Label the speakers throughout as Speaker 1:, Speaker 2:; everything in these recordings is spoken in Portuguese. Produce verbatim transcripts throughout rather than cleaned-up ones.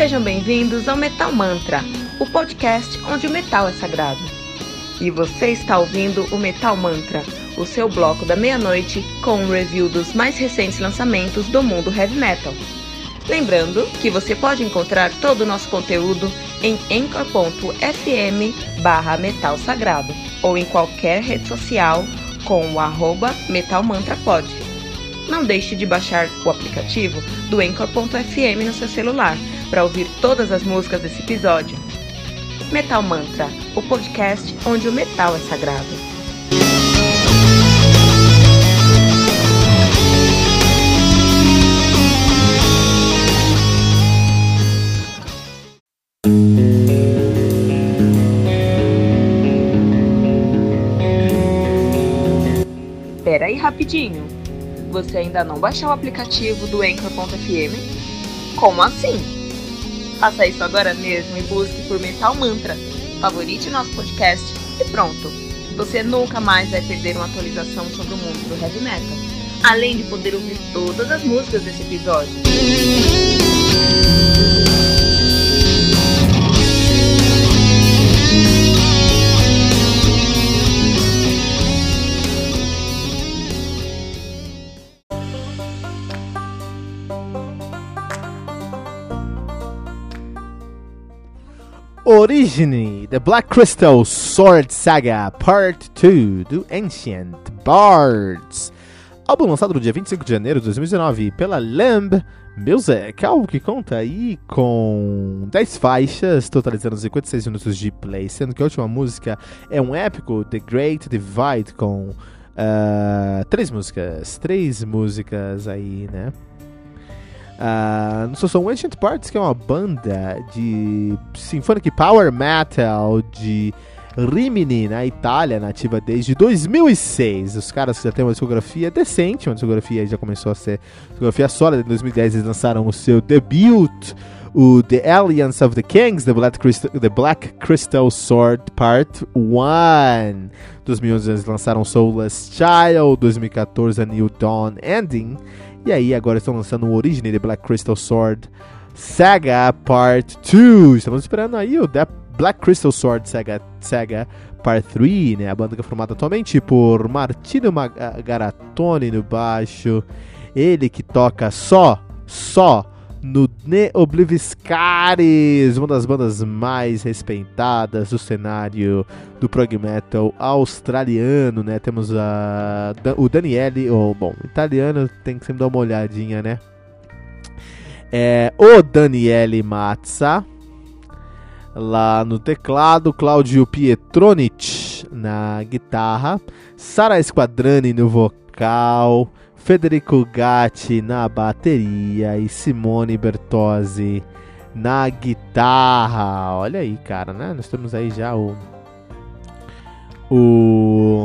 Speaker 1: Sejam bem-vindos ao Metal Mantra, o podcast onde o metal é sagrado. E você está ouvindo o Metal Mantra, o seu bloco da meia-noite com um review dos mais recentes lançamentos do mundo heavy metal. Lembrando que você pode encontrar todo o nosso conteúdo em anchor ponto f m barra metal sagrado ou em qualquer rede social com o arroba metalmantrapod. Não deixe de baixar o aplicativo do anchor ponto f m no seu celular para ouvir todas as músicas desse episódio. Metal Mantra, o podcast onde o metal é sagrado. Pera aí rapidinho, você ainda não baixou o aplicativo do anchor ponto f m? Como assim? Faça isso agora mesmo e busque por Metal Mantra, favorite nosso podcast e pronto! Você nunca mais vai perder uma atualização sobre o mundo do heavy metal, além de poder ouvir todas as músicas desse episódio.
Speaker 2: Origine, The Black Crystal Sword Saga Part dois do Ancient Bards, álbum lançado no dia vinte e cinco de janeiro de dois mil e dezenove pela Lamb Music, álbum que conta aí com dez faixas, totalizando cinquenta e seis minutos de play, sendo que a última música é um épico, The Great Divide, com uh, três músicas, três músicas aí, né? Uh, no seu som Ancient Bards, que é uma banda de symphonic power metal de Rimini, na Itália, nativa desde dois mil e seis. Os caras já têm uma discografia decente, uma discografia já começou a ser discografia sólida. Em dois mil e dez eles lançaram o seu debut, o The Alliance of the Kings, The Black Crystal, the Black Crystal Sword Part um. Em dois mil e onze eles lançaram Soulless Child, dois mil e quatorze A New Dawn Ending. E aí, agora estão lançando o Origine, The Black Crystal Sword Saga Part dois. Estamos esperando aí o The Black Crystal Sword Saga, Saga Part três, né? A banda que é formada atualmente por Martino Garatoni no baixo. Ele que toca só, só no Ne Obliviscaris, uma das bandas mais respeitadas do cenário do prog metal australiano, né? Temos a, o Daniele, ou bom, italiano tem que sempre dar uma olhadinha, né? É, o Daniele Mazza lá no teclado, Claudio Pietronic na guitarra, Sara Squadrani no vocal, Federico Gatti na bateria e Simone Bertozzi na guitarra. Olha aí, cara, né? Nós temos aí já o o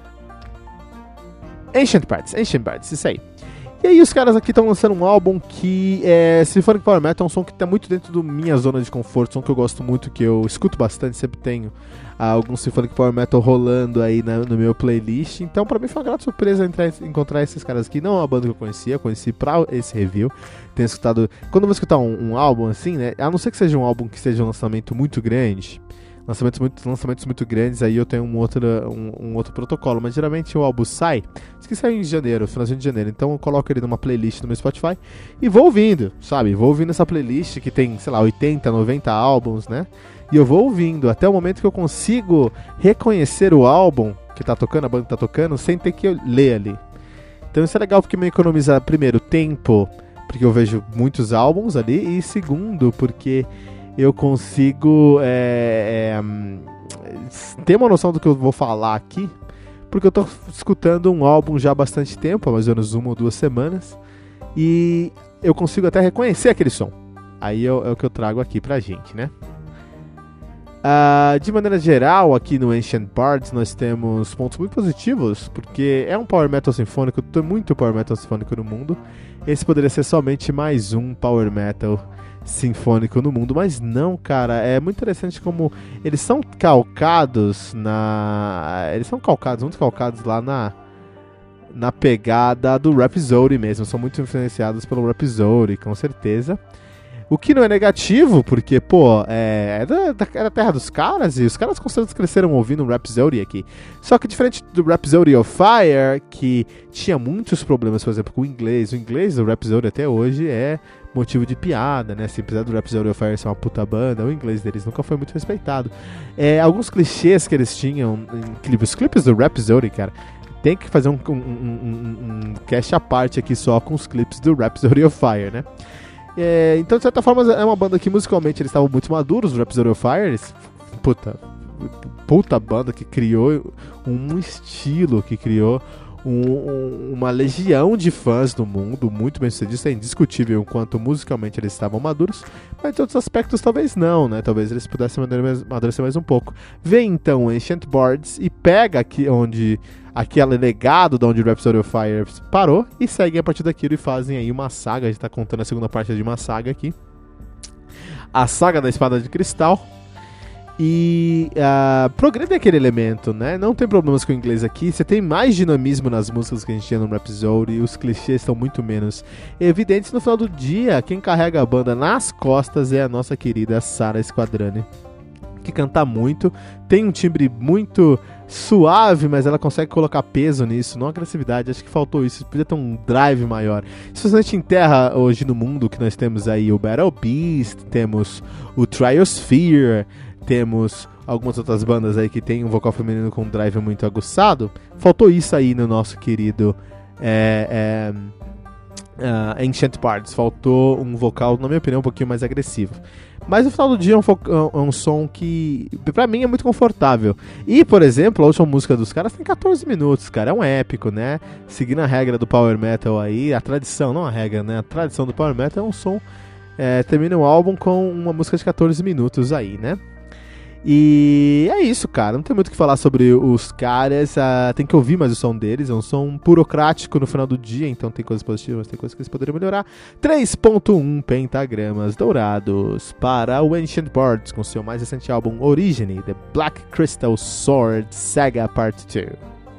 Speaker 2: Ancient Bards, Ancient Bards, isso aí. E aí os caras aqui estão lançando um álbum que é Symphonic Power Metal, é um som que está muito dentro da minha zona de conforto, som que eu gosto muito, que eu escuto bastante, sempre tenho ah, algum Symphonic Power Metal rolando aí na, no meu playlist. Então pra mim foi uma grata surpresa entrar, encontrar esses caras aqui. Não é uma banda que eu conhecia, conheci pra esse review. Tenho escutado, quando eu vou escutar um, um álbum assim, né, a não ser que seja um álbum que seja um lançamento muito grande, Lançamentos muito, lançamentos muito grandes, aí eu tenho um outro, um, um outro protocolo. Mas geralmente o álbum sai, diz que sai em janeiro, finalzinho de janeiro. Então eu coloco ele numa playlist no meu Spotify e vou ouvindo, sabe? Vou ouvindo essa playlist que tem, sei lá, oitenta, noventa álbuns, né? E eu vou ouvindo até o momento que eu consigo reconhecer o álbum que tá tocando, a banda que tá tocando, sem ter que ler ali. Então isso é legal porque me economiza, primeiro, tempo, porque eu vejo muitos álbuns ali, e segundo, porque eu consigo é, é, ter uma noção do que eu vou falar aqui, porque eu tô escutando um álbum já há bastante tempo, há mais ou menos uma ou duas semanas, e eu consigo até reconhecer aquele som. Aí é, é o que eu trago aqui pra gente, né? Uh, de maneira geral, aqui no Ancient Bards nós temos pontos muito positivos, porque é um Power Metal sinfônico, tem muito Power Metal sinfônico no mundo. Esse poderia ser somente mais um Power Metal sinfônico no mundo, mas não, cara, é muito interessante como eles são calcados na... Eles são calcados, muito calcados lá na, na pegada do Rhapsody mesmo, são muito influenciados pelo Rhapsody, com certeza. O que não é negativo, porque, pô, é, é, da, da, é da terra dos caras, e os caras com certeza cresceram ouvindo um Rhapsody aqui. Só que diferente do Rhapsody of Fire, que tinha muitos problemas, por exemplo, com o inglês. O inglês do Rhapsody até hoje é motivo de piada, né? Se apesar do Rhapsody of Fire ser uma puta banda, o inglês deles nunca foi muito respeitado. É, alguns clichês que eles tinham em clipes, os clipes do Rhapsody, cara, tem que fazer um, um, um, um cast à parte aqui só com os clipes do Rhapsody of Fire, né? É, então, de certa forma, é uma banda que musicalmente eles estavam muito maduros, o Rhapsody of Fire. Eles, puta, puta banda que criou um estilo, que criou um, um, uma legião de fãs no mundo, muito bem sucedido. Isso é indiscutível enquanto musicalmente eles estavam maduros, mas em outros aspectos talvez não, né? Talvez eles pudessem amadurecer mais um pouco. Vem então Ancient Bards e pega aqui onde aquele legado de onde o Rhapsody of Fire parou e seguem a partir daquilo e fazem aí uma saga. A gente tá contando a segunda parte de uma saga aqui, a saga da Espada de Cristal. E uh, progride aquele elemento, né? Não tem problemas com o inglês aqui. Você tem mais dinamismo nas músicas que a gente tinha no Rhapsody. Os clichês estão muito menos evidentes. No final do dia, quem carrega a banda nas costas é a nossa querida Sarah Squadrani, que canta muito, tem um timbre muito suave, mas ela consegue colocar peso nisso, não agressividade. Acho que faltou isso, podia ter um drive maior. Se a gente enterra hoje no mundo que nós temos aí o Battle Beast, temos o Triosphere, temos algumas outras bandas aí que tem um vocal feminino com um drive muito aguçado, faltou isso aí no nosso querido é, é, uh, Ancient Bards. Faltou um vocal, na minha opinião, um pouquinho mais agressivo. Mas no final do dia é um, é um som que, pra mim, é muito confortável. E, por exemplo, a última música dos caras tem catorze minutos, cara. É um épico, né? Seguindo a regra do Power Metal aí, a tradição, não a regra, né? A tradição do Power Metal é um som... É, termina o álbum com uma música de catorze minutos aí, né? E é isso, cara. Não tem muito o que falar sobre os caras. Uh, tem que ouvir mais o som deles. É um som burocrático no final do dia, então tem coisas positivas, tem coisas que eles poderiam melhorar. três ponto um pentagramas dourados para o Ancient Bards com seu mais recente álbum Origine, The Black Crystal Sword Saga Part dois.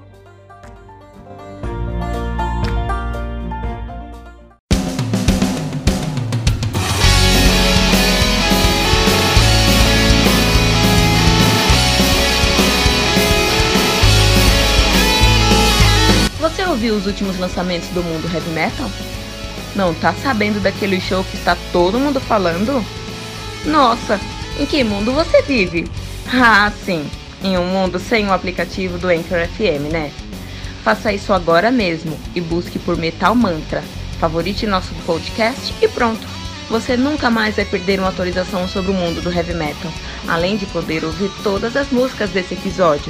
Speaker 1: Você ouviu os últimos lançamentos do mundo heavy metal? Não tá sabendo daquele show que está todo mundo falando? Nossa, em que mundo você vive? Ah, sim, em um mundo sem o aplicativo do Anchor F M, né? Faça isso agora mesmo e busque por Metal Mantra. Favorite nosso podcast e pronto. Você nunca mais vai perder uma atualização sobre o mundo do heavy metal, além de poder ouvir todas as músicas desse episódio.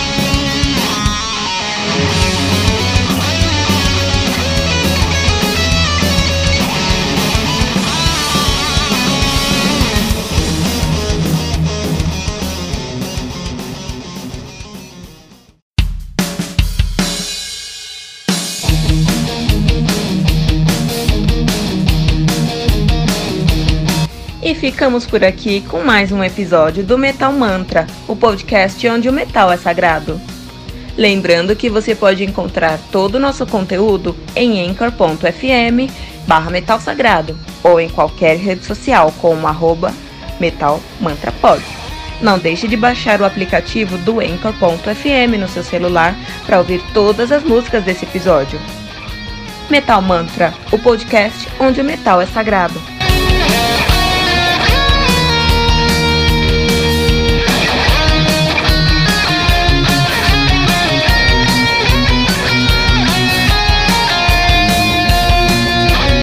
Speaker 1: E ficamos por aqui com mais um episódio do Metal Mantra, o podcast onde o metal é sagrado. Lembrando que você pode encontrar todo o nosso conteúdo em anchor ponto f m barra metal sagrado ou em qualquer rede social como arroba metalmantrapod. Não deixe de baixar o aplicativo do anchor ponto f m no seu celular para ouvir todas as músicas desse episódio. Metal Mantra, o podcast onde o metal é sagrado.